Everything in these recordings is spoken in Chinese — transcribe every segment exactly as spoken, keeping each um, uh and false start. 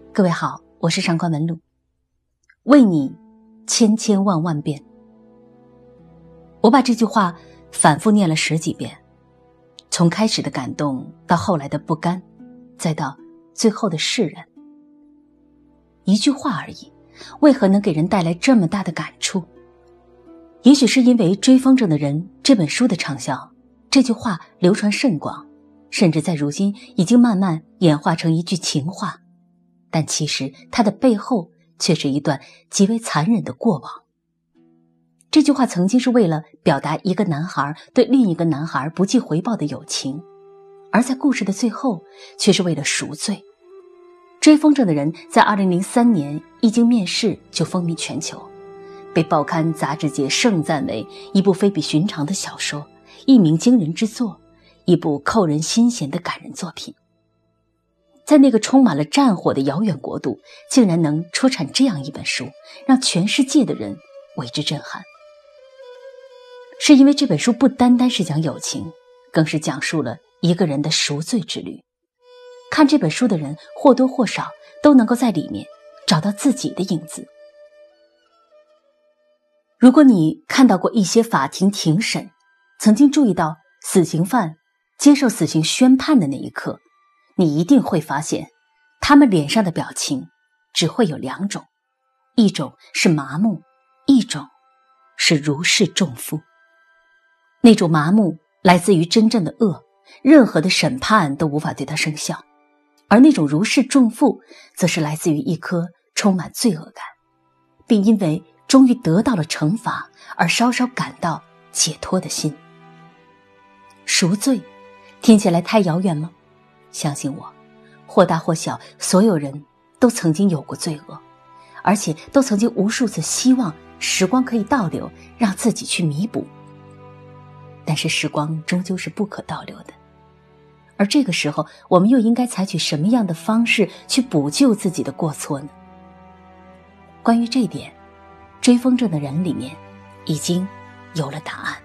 各位好，我是上官文露，为你千千万万遍。我把这句话反复念了十几遍，从开始的感动到后来的不甘，再到最后的释然。一句话而已，为何能给人带来这么大的感触？也许是因为《追风筝的人》这本书的畅销，这句话流传甚广，甚至在如今已经慢慢演化成一句情话，但其实它的背后却是一段极为残忍的过往。这句话曾经是为了表达一个男孩对另一个男孩不计回报的友情，而在故事的最后却是为了赎罪。追风筝的人在二零零三年一经面世就风靡全球，被报刊杂志界盛赞为一部非比寻常的小说，一鸣惊人之作，一部扣人心弦的感人作品。在那个充满了战火的遥远国度，竟然能出产这样一本书，让全世界的人为之震撼。是因为这本书不单单是讲友情，更是讲述了一个人的赎罪之旅。看这本书的人或多或少都能够在里面找到自己的影子。如果你看到过一些法庭庭审，曾经注意到死刑犯接受死刑宣判的那一刻，你一定会发现他们脸上的表情只会有两种，一种是麻木，一种是如释重负。那种麻木来自于真正的恶，任何的审判都无法对它生效，而那种如释重负则是来自于一颗充满罪恶感，并因为终于得到了惩罚而稍稍感到解脱的心。赎罪听起来太遥远吗？相信我，或大或小，所有人都曾经有过罪恶，而且都曾经无数次希望时光可以倒流，让自己去弥补。但是时光终究是不可倒流的，而这个时候我们又应该采取什么样的方式去补救自己的过错呢？关于这一点，追风筝的人里面已经有了答案。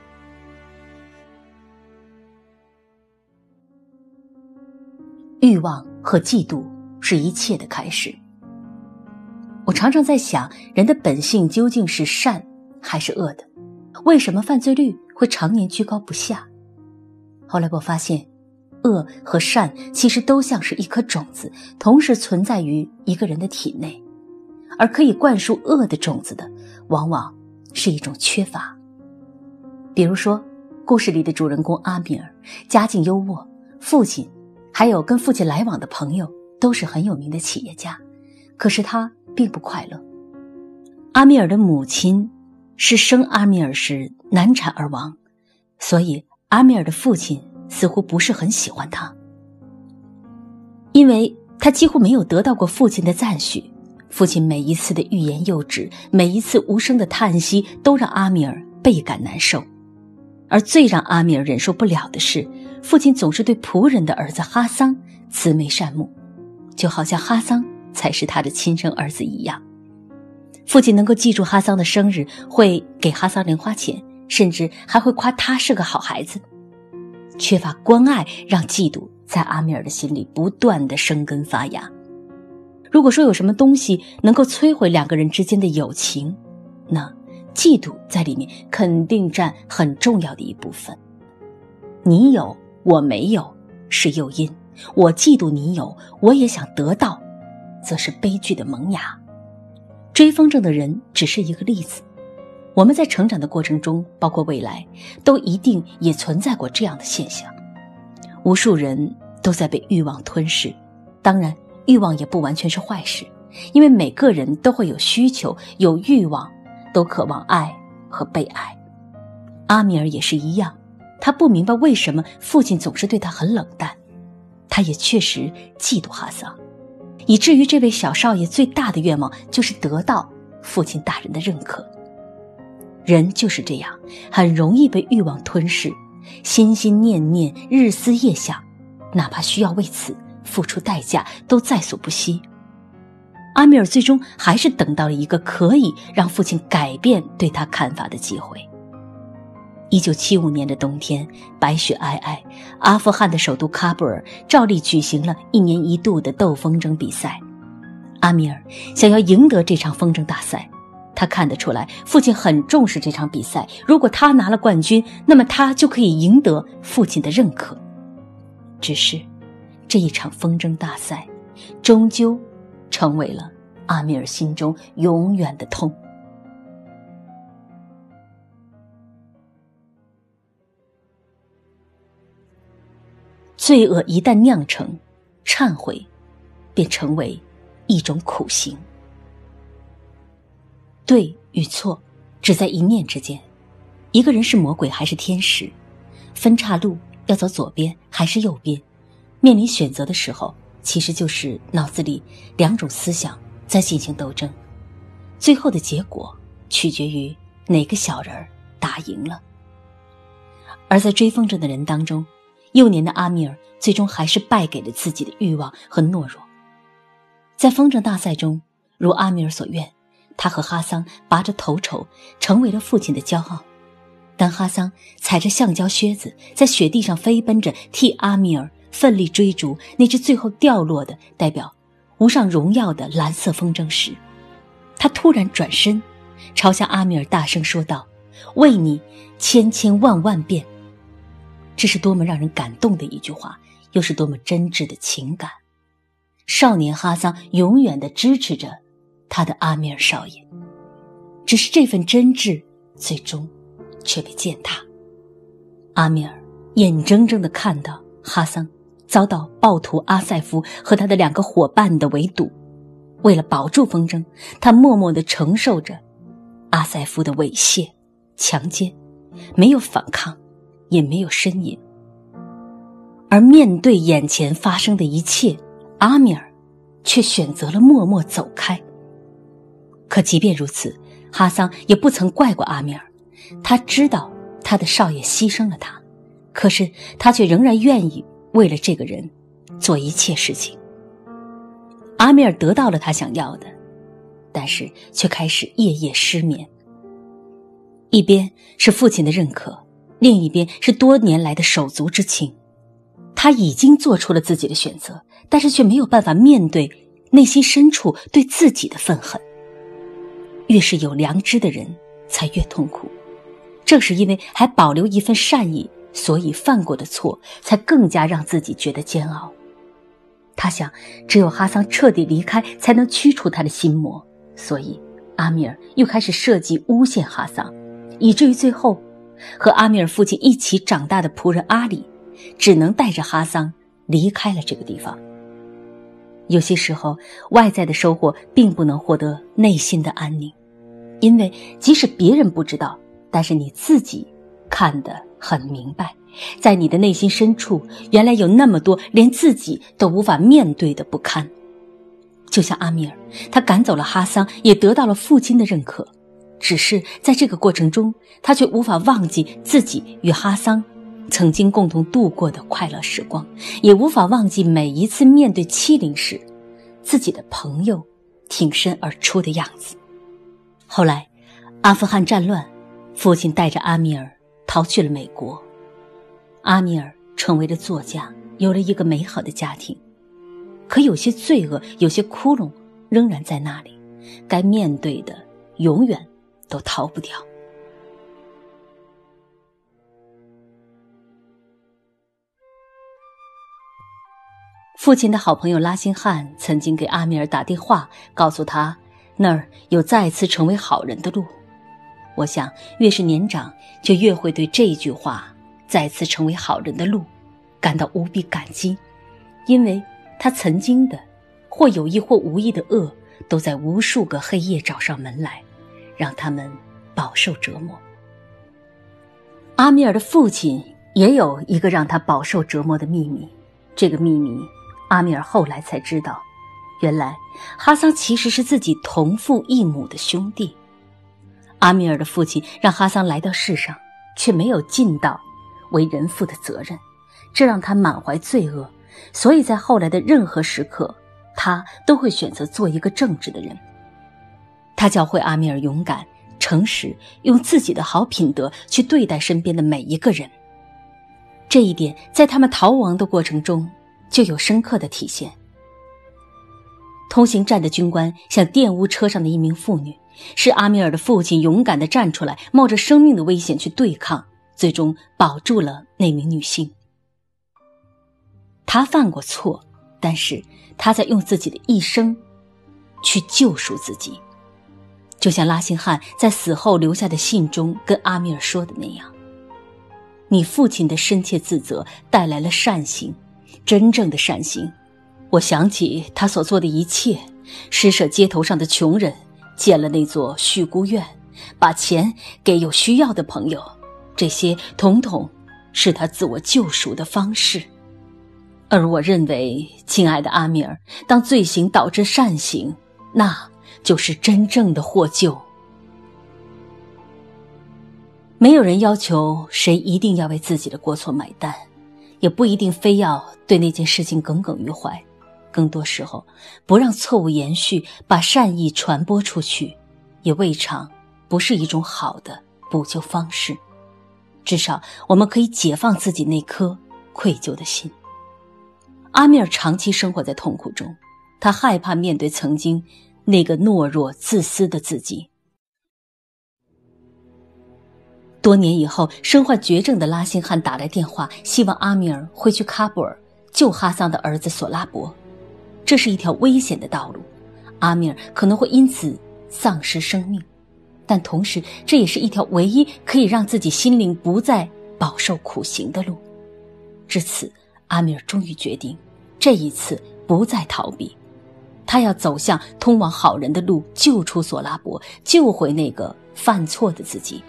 欲望和嫉妒是一切的开始。我常常在想，人的本性究竟是善还是恶的？为什么犯罪率会常年居高不下？后来我发现，恶和善其实都像是一颗种子，同时存在于一个人的体内，而可以灌输恶的种子的，往往是一种缺乏。比如说，故事里的主人公阿米尔，家境优渥，父亲还有跟父亲来往的朋友都是很有名的企业家，可是他并不快乐。阿米尔的母亲是生阿米尔时难产而亡，所以阿米尔的父亲似乎不是很喜欢他，因为他几乎没有得到过父亲的赞许。父亲每一次的欲言又止，每一次无声的叹息，都让阿米尔倍感难受。而最让阿米尔忍受不了的是，父亲总是对仆人的儿子哈桑慈眉善目，就好像哈桑才是他的亲生儿子一样。父亲能够记住哈桑的生日，会给哈桑零花钱，甚至还会夸他是个好孩子。缺乏关爱让嫉妒在阿米尔的心里不断地生根发芽。如果说有什么东西能够摧毁两个人之间的友情，那嫉妒在里面肯定占很重要的一部分。你有我没有是诱因，我嫉妒你有，我也想得到，则是悲剧的萌芽。追风筝的人只是一个例子，我们在成长的过程中，包括未来，都一定也存在过这样的现象。无数人都在被欲望吞噬，当然欲望也不完全是坏事，因为每个人都会有需求，有欲望，都渴望爱和被爱。阿米尔也是一样，他不明白为什么父亲总是对他很冷淡，他也确实嫉妒哈桑，以至于这位小少爷最大的愿望就是得到父亲大人的认可。人就是这样，很容易被欲望吞噬，心心念念，日思夜想，哪怕需要为此付出代价，都在所不惜。阿米尔最终还是等到了一个可以让父亲改变对他看法的机会。一九七五年的冬天，白雪皑皑，阿富汗的首都喀布尔照例举行了一年一度的斗风筝比赛。 阿米尔想要赢得这场风筝大赛，他看得出来父亲很重视这场比赛，如果他拿了冠军，那么他就可以赢得父亲的认可。只是这一场风筝大赛终究成为了阿米尔心中永远的痛。罪恶一旦酿成，忏悔便成为一种苦行。对与错只在一念之间，一个人是魔鬼还是天使，分岔路要走左边还是右边，面临选择的时候，其实就是脑子里两种思想在进行斗争，最后的结果取决于哪个小人打赢了。而在追风筝的人当中，幼年的阿米尔最终还是败给了自己的欲望和懦弱。在风筝大赛中，如阿米尔所愿，他和哈桑拔着头筹，成为了父亲的骄傲。当哈桑踩着橡胶靴子在雪地上飞奔着，替阿米尔奋力追逐那只最后掉落的代表无上荣耀的蓝色风筝时，他突然转身朝向阿米尔大声说道：为你千千万万遍。这是多么让人感动的一句话，又是多么真挚的情感。少年哈桑永远地支持着他的阿米尔少爷，只是这份真挚最终却被践踏。阿米尔眼睁睁地看到哈桑遭到暴徒阿塞夫和他的两个伙伴的围堵，为了保住风筝，他默默地承受着阿塞夫的猥亵强奸，没有反抗，也没有呻吟。而面对眼前发生的一切，阿米尔却选择了默默走开。可即便如此，哈桑也不曾怪过阿米尔，他知道他的少爷牺牲了他，可是他却仍然愿意为了这个人做一切事情。阿米尔得到了他想要的，但是却开始夜夜失眠。一边是父亲的认可，另一边是多年来的手足之情。他已经做出了自己的选择，但是却没有办法面对内心深处对自己的愤恨。越是有良知的人才越痛苦，正是因为还保留一份善意，所以犯过的错才更加让自己觉得煎熬。他想只有哈桑彻底离开才能驱除他的心魔，所以阿米尔又开始设计诬陷哈桑，以至于最后和阿米尔父亲一起长大的仆人阿里只能带着哈桑离开了这个地方。有些时候，外在的收获并不能获得内心的安宁，因为即使别人不知道，但是你自己看得很明白，在你的内心深处，原来有那么多连自己都无法面对的不堪。就像阿米尔，他赶走了哈桑，也得到了父亲的认可，只是在这个过程中，他却无法忘记自己与哈桑曾经共同度过的快乐时光，也无法忘记每一次面对欺凌时自己的朋友挺身而出的样子。后来阿富汗战乱，父亲带着阿米尔逃去了美国，阿米尔成为了作家，有了一个美好的家庭。可有些罪恶，有些窟窿仍然在那里，该面对的永远都逃不掉。父亲的好朋友拉辛汉曾经给阿米尔打电话，告诉他那儿有再次成为好人的路。我想越是年长，就越会对这一句话再次成为好人的路感到无比感激，因为他曾经的或有意或无意的恶都在无数个黑夜找上门来，让他们饱受折磨。阿米尔的父亲也有一个让他饱受折磨的秘密，这个秘密阿米尔后来才知道，原来哈桑其实是自己同父异母的兄弟。阿米尔的父亲让哈桑来到世上，却没有尽到为人父的责任，这让他满怀罪恶，所以在后来的任何时刻，他都会选择做一个正直的人。他教会阿米尔勇敢、诚实，用自己的好品德去对待身边的每一个人。这一点在他们逃亡的过程中就有深刻的体现。 通行站的军官像玷污车上的一名妇女，是阿米尔的父亲勇敢地站出来，冒着生命的危险去对抗，最终保住了那名女性。他犯过错，但是他在用自己的一生去救赎自己，就像拉辛汉在死后留下的信中跟阿米尔说的那样，你父亲的深切自责带来了善行，真正的善行。我想起他所做的一切，施舍街头上的穷人，建了那座恤孤院，把钱给有需要的朋友，这些统统是他自我救赎的方式。而我认为，亲爱的阿米尔，当罪行导致善行，那就是真正的获救。没有人要求谁一定要为自己的过错买单，也不一定非要对那件事情耿耿于怀。更多时候，不让错误延续，把善意传播出去，也未尝不是一种好的补救方式。至少我们可以解放自己那颗愧疚的心。阿米尔长期生活在痛苦中，他害怕面对曾经那个懦弱自私的自己。多年以后，身患绝症的拉辛汉打来电话，希望阿米尔会去喀布尔救哈桑的儿子索拉伯。这是一条危险的道路，阿米尔可能会因此丧失生命，但同时这也是一条唯一可以让自己心灵不再饱受苦刑的路。至此，阿米尔终于决定，这一次不再逃避，他要走向通往好人的路，救出索拉伯，救回那个犯错的自己。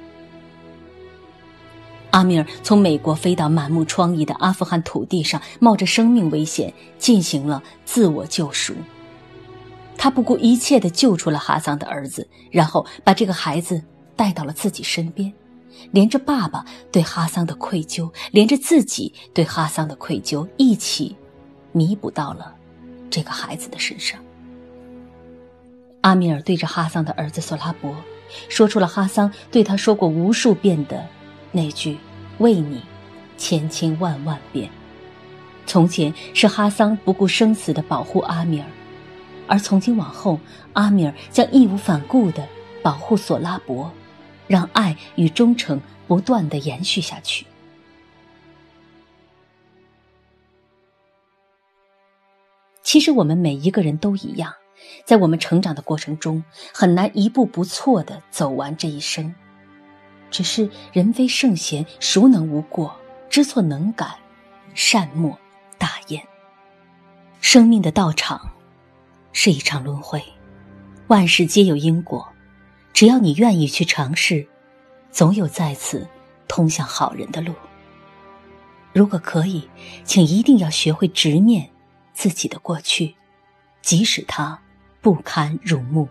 阿米尔从美国飞到满目疮痍的阿富汗土地上，冒着生命危险进行了自我救赎。他不顾一切地救出了哈桑的儿子，然后把这个孩子带到了自己身边，连着爸爸对哈桑的愧疚，连着自己对哈桑的愧疚，一起弥补到了这个孩子的身上。阿米尔对着哈桑的儿子索拉伯说出了哈桑对他说过无数遍的那句为你千千万万遍。从前是哈桑不顾生死地保护阿米尔，而从今往后，阿米尔将义无反顾地保护索拉伯，让爱与忠诚不断地延续下去。其实我们每一个人都一样，在我们成长的过程中，很难一步不错地走完这一生。只是人非圣贤，孰能无过？知错能改，善莫大焉。生命的道场是一场轮回，万事皆有因果，只要你愿意去尝试，总有再次通向好人的路。如果可以，请一定要学会直面自己的过去，即使它不堪入目。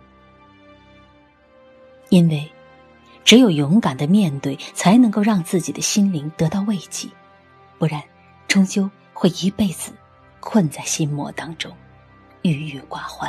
因为只有勇敢的面对，才能够让自己的心灵得到慰藉，不然终究会一辈子困在心魔当中，郁郁寡欢。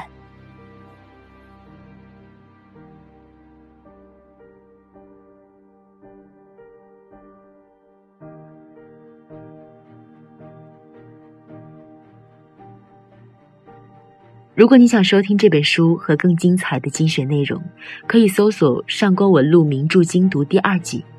如果你想收听这本书和更精彩的精选内容，可以搜索上官文录名著精读第二季，